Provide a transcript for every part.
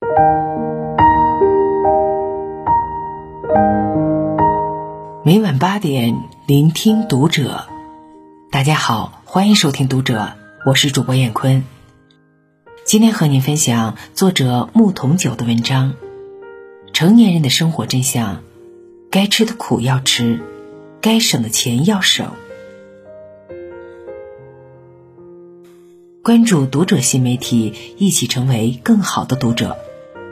每晚8点，聆听读者。大家好，欢迎收听读者，我是主播燕坤。今天和您分享作者牧童酒的文章，成年人的生活真相，该吃的苦要吃，该省的钱要省。关注读者新媒体，一起成为更好的读者。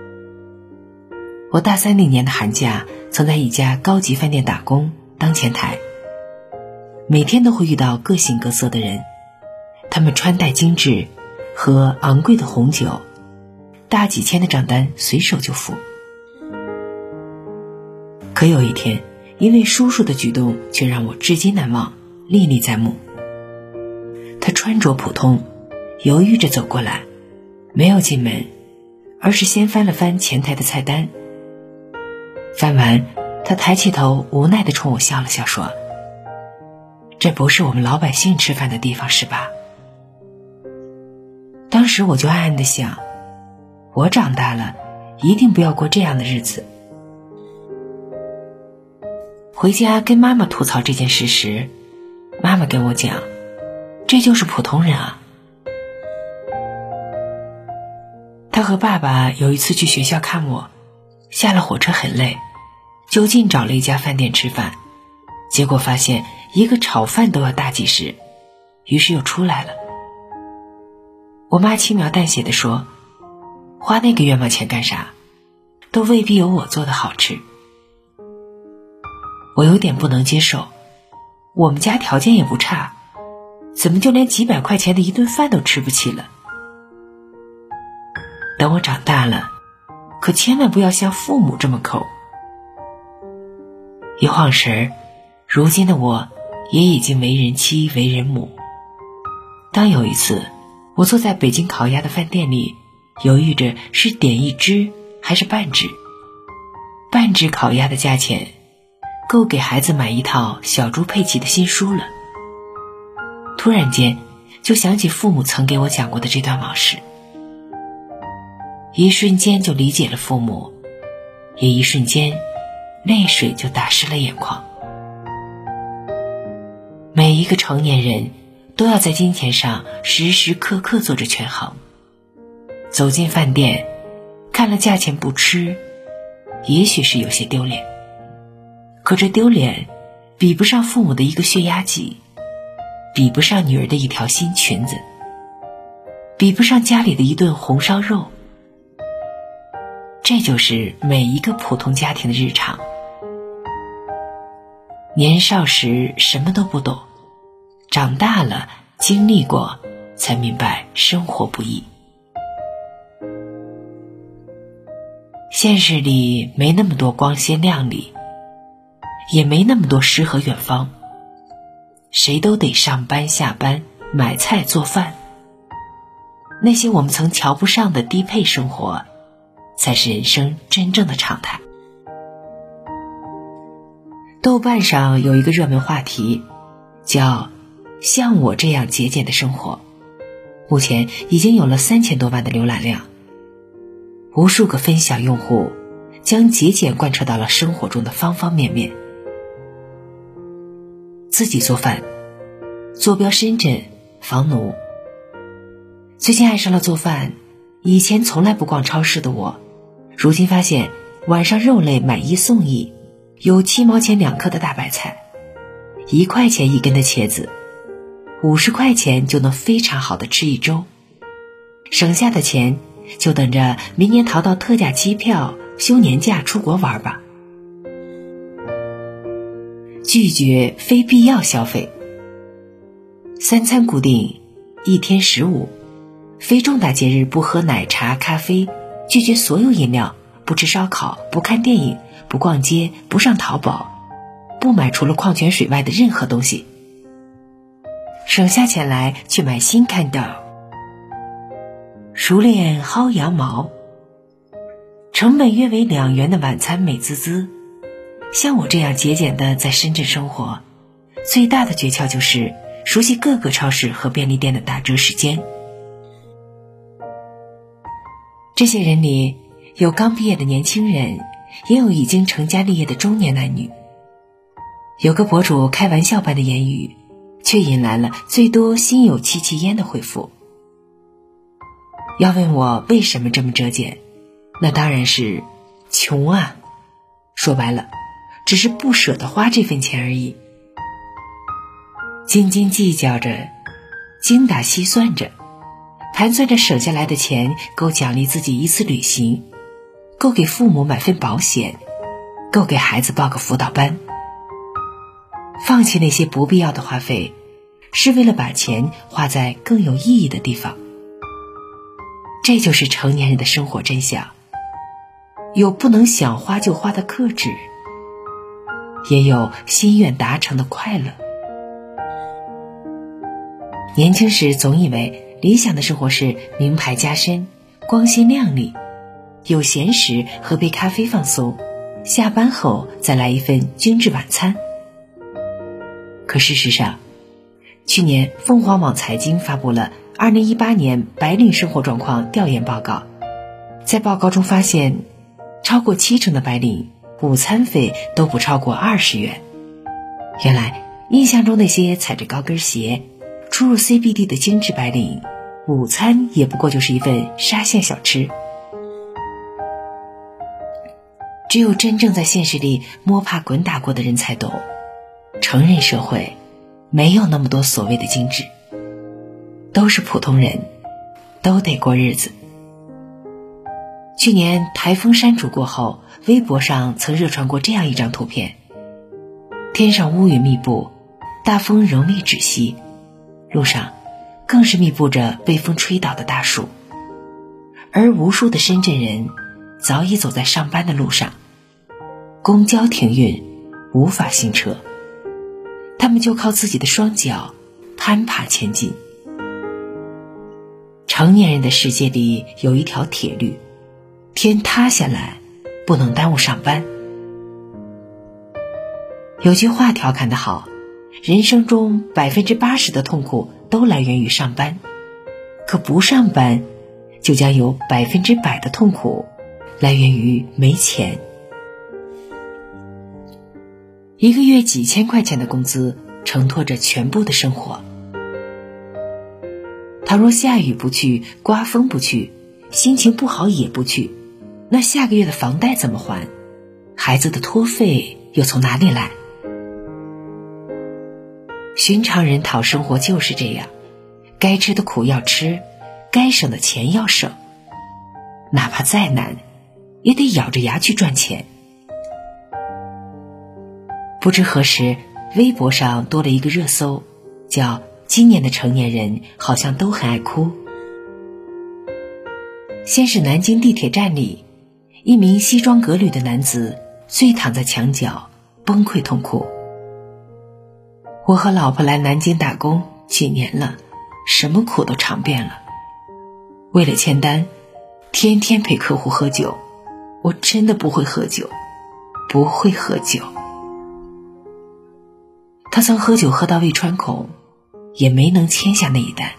我大3那年的寒假，曾在一家高级饭店打工，当前台。每天都会遇到各形各色的人，他们穿戴精致，喝昂贵的红酒，大几千的账单随手就付。可有一天，一位叔叔的举动却让我至今难忘，历历在目。他穿着普通，犹豫着走过来，没有进门，而是先翻了翻前台的菜单。翻完，他抬起头，无奈地冲我笑了笑，说：“这不是我们老百姓吃饭的地方是吧？”当时我就暗暗地想，我长大了一定不要过这样的日子。回家跟妈妈吐槽这件事时，妈妈跟我讲，这就是普通人啊。她和爸爸有一次去学校看我，下了火车很累，就近找了一家饭店吃饭，结果发现一个炒饭都要大几十，于是又出来了。我妈轻描淡写地说，花那个冤枉钱干啥，都未必有我做的好吃。我有点不能接受，我们家条件也不差，怎么就连几百块钱的一顿饭都吃不起了？等我长大了，可千万不要像父母这么抠。一晃神儿，如今的我也已经为人妻为人母。当有一次我坐在北京烤鸭的饭店里，犹豫着是点一只还是半只，半只烤鸭的价钱够给孩子买一套小猪佩奇的新书了。突然间就想起父母曾给我讲过的这段往事，一瞬间就理解了父母，也一瞬间泪水就打湿了眼眶。每一个成年人都要在金钱上时时刻刻做着权衡。走进饭店，看了价钱不吃，也许是有些丢脸，可这丢脸比不上父母的一个血压计，比不上女儿的一条新裙子，比不上家里的一顿红烧肉。这就是每一个普通家庭的日常。年少时什么都不懂，长大了经历过，才明白生活不易。现实里没那么多光鲜亮丽，也没那么多诗和远方，谁都得上班下班，买菜做饭。那些我们曾瞧不上的低配生活，才是人生真正的常态。豆瓣上有一个热门话题，叫像我这样节俭的生活，目前已经有了3000多万的浏览量。无数个分享用户将节俭贯彻到了生活中的方方面面。自己做饭，坐标深圳，房奴。最近爱上了做饭，以前从来不逛超市的我，如今发现晚上肉类买1送1，有7毛钱2颗的大白菜，1块钱1根的茄子，50块钱就能非常好的吃一周。省下的钱就等着明年淘到特价机票，休年假出国玩吧。拒绝非必要消费，3餐固定，1天15，非重大节日不喝奶茶咖啡，拒绝所有饮料，不吃烧烤，不看电影，不逛街，不上淘宝，不买除了矿泉水外的任何东西。省下钱来去买新看到，熟练薅羊毛，成本约为2元的晚餐美滋滋。像我这样节俭的在深圳生活，最大的诀窍就是熟悉各个超市和便利店的打折时间。这些人里有刚毕业的年轻人，也有已经成家立业的中年男女。有个博主开玩笑般的言语，却引来了最多心有戚戚焉的回复。要问我为什么这么折减，那当然是穷啊，说白了只是不舍得花这份钱而已。斤斤计较着，精打细算着，盘算着省下来的钱够奖励自己一次旅行，够给父母买份保险，够给孩子报个辅导班。放弃那些不必要的花费，是为了把钱花在更有意义的地方。这就是成年人的生活真相，有不能想花就花的克制，也有心愿达成的快乐。年轻时总以为理想的生活是名牌加身，光鲜亮丽，有闲时喝杯咖啡放松，下班后再来一份精致晚餐。可事实上，去年凤凰网财经发布了2018年白领生活状况调研报告，在报告中发现，超过70%的白领午餐费都不超过20元。原来印象中那些踩着高跟鞋出入 CBD 的精致白领，午餐也不过就是一份沙县小吃。只有真正在现实里摸爬滚打过的人才懂，成人社会没有那么多所谓的精致，都是普通人，都得过日子。去年台风山竹过后，微博上曾热传过这样一张图片，天上乌云密布，大风仍未止息，路上更是密布着被风吹倒的大树，而无数的深圳人早已走在上班的路上，公交停运，无法行车，他们就靠自己的双脚攀爬前进。成年人的世界里有一条铁律，天塌下来不能耽误上班。有句话调侃得好，人生中80%的痛苦都来源于上班，可不上班就将有100%的痛苦来源于没钱。一个月几千块钱的工资承托着全部的生活，倘若下雨不去，刮风不去，心情不好也不去，那下个月的房贷怎么还？孩子的托费又从哪里来？寻常人讨生活就是这样，该吃的苦要吃，该省的钱要省，哪怕再难也得咬着牙去赚钱。不知何时，微博上多了一个热搜，叫今年的成年人好像都很爱哭。先是南京地铁站里，一名西装革履的男子醉躺在墙角，崩溃痛哭。我和老婆来南京打工几年了，什么苦都尝遍了，为了签单，天天陪客户喝酒，我真的不会喝酒，不会喝酒。他曾喝酒喝到胃穿孔，也没能签下那一单。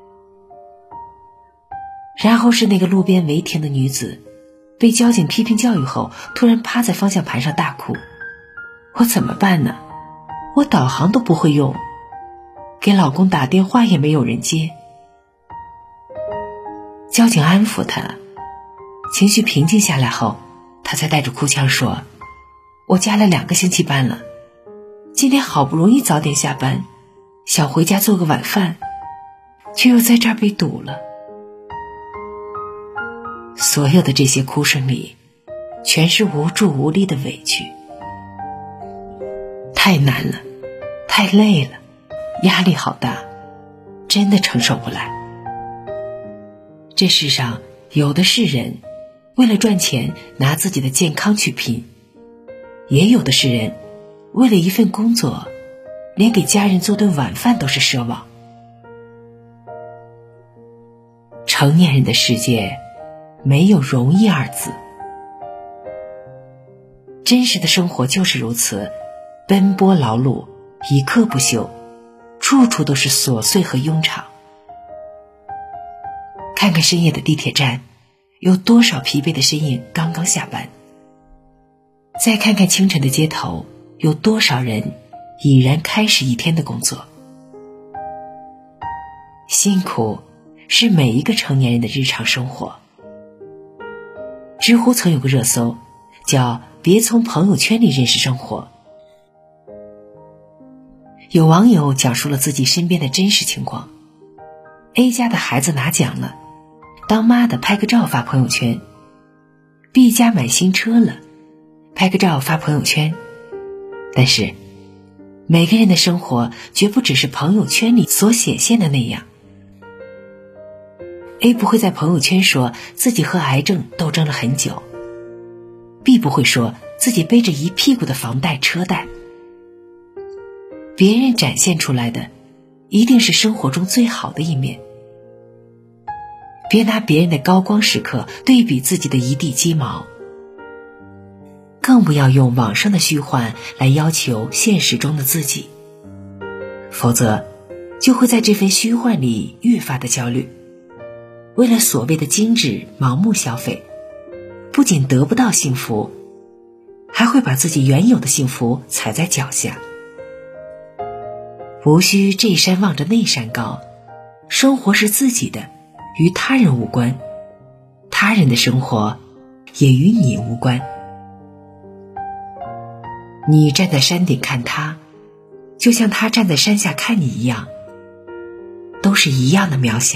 然后是那个路边违停的女子，被交警批评教育后，突然趴在方向盘上大哭。我怎么办呢？我导航都不会用，给老公打电话也没有人接。交警安抚他，情绪平静下来后，他才带着哭腔说，我加了2个星期班了，今天好不容易早点下班，想回家做个晚饭，却又在这儿被堵了。所有的这些哭声里，全是无助无力的委屈。太难了，太累了，压力好大，真的承受不来。这世上有的是人为了赚钱拿自己的健康去拼，也有的是人为了一份工作连给家人做顿晚饭都是奢望。成年人的世界没有容易2字，真实的生活就是如此，奔波劳碌，一刻不休，处处都是琐碎和庸常。看看深夜的地铁站， 有多少疲惫的身影刚刚下班？再看看清晨的街头，有多少人已然开始一天的工作？辛苦是每一个成年人的日常生活。知乎曾有个热搜叫别从朋友圈里认识生活。有网友讲述了自己身边的真实情况。 A 家的孩子拿奖了，当妈的拍个照发朋友圈。 B 家买新车了，拍个照发朋友圈。但是每个人的生活绝不只是朋友圈里所显现的那样。 A 不会在朋友圈说自己和癌症斗争了很久， B 不会说自己背着一屁股的房贷车贷。别人展现出来的一定是生活中最好的一面。别拿别人的高光时刻对比自己的一地鸡毛，更不要用网上的虚幻来要求现实中的自己，否则就会在这份虚幻里愈发的焦虑。为了所谓的精致盲目消费，不仅得不到幸福，还会把自己原有的幸福踩在脚下。无需这山望着那山高，生活是自己的，与他人无关，他人的生活也与你无关。你站在山顶看他，就像他站在山下看你一样，都是一样的渺小。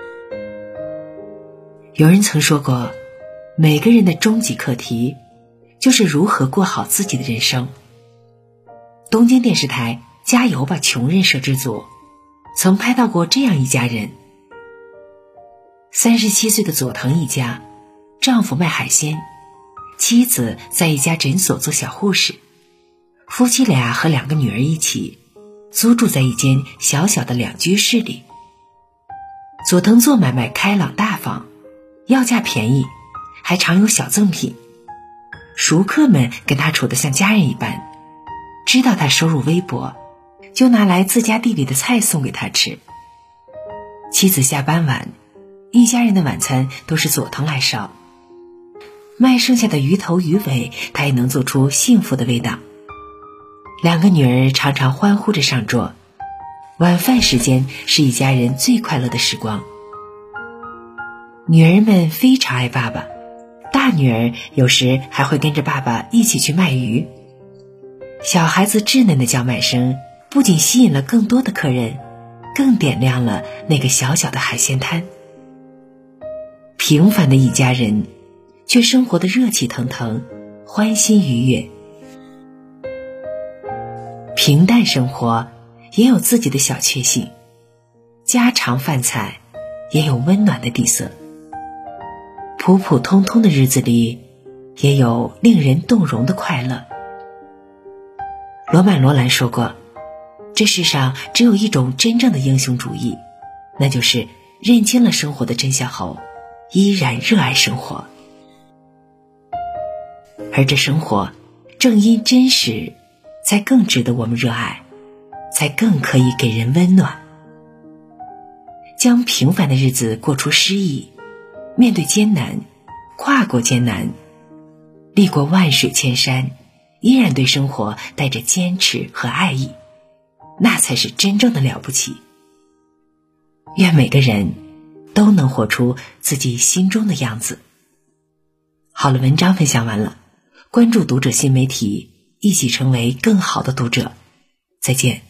有人曾说过，每个人的终极课题就是如何过好自己的人生。东京电视台加油吧穷人摄制组曾拍到过这样一家人。37岁的佐藤一家，丈夫卖海鲜，妻子在一家诊所做小护士，夫妻俩和2个女儿一起租住在一间小小的2居室里。佐藤做买卖开朗大方，要价便宜，还常有小赠品。熟客们跟他处得像家人一般，知道他收入微薄，就拿来自家地里的菜送给他吃。妻子下班晚，一家人的晚餐都是佐藤来烧，卖剩下的鱼头鱼尾，他也能做出幸福的味道。2个女儿常常欢呼着上桌，晚饭时间是一家人最快乐的时光。女儿们非常爱爸爸，大女儿有时还会跟着爸爸一起去卖鱼。小孩子稚嫩的叫卖声不仅吸引了更多的客人，更点亮了那个小小的海鲜摊。平凡的一家人，却生活得热气腾腾，欢欣愉悦。平淡生活也有自己的小确幸，家常饭菜也有温暖的底色。普普通通的日子里，也有令人动容的快乐。罗曼·罗兰说过，这世上只有一种真正的英雄主义，那就是认清了生活的真相后，依然热爱生活。而这生活正因真实，才更值得我们热爱，才更可以给人温暖。将平凡的日子过出诗意，面对艰难，跨过艰难，历过万水千山，依然对生活带着坚持和爱意，那才是真正的了不起。愿每个人都能活出自己心中的样子。好了，文章分享完了，关注读者新媒体，一起成为更好的读者。再见。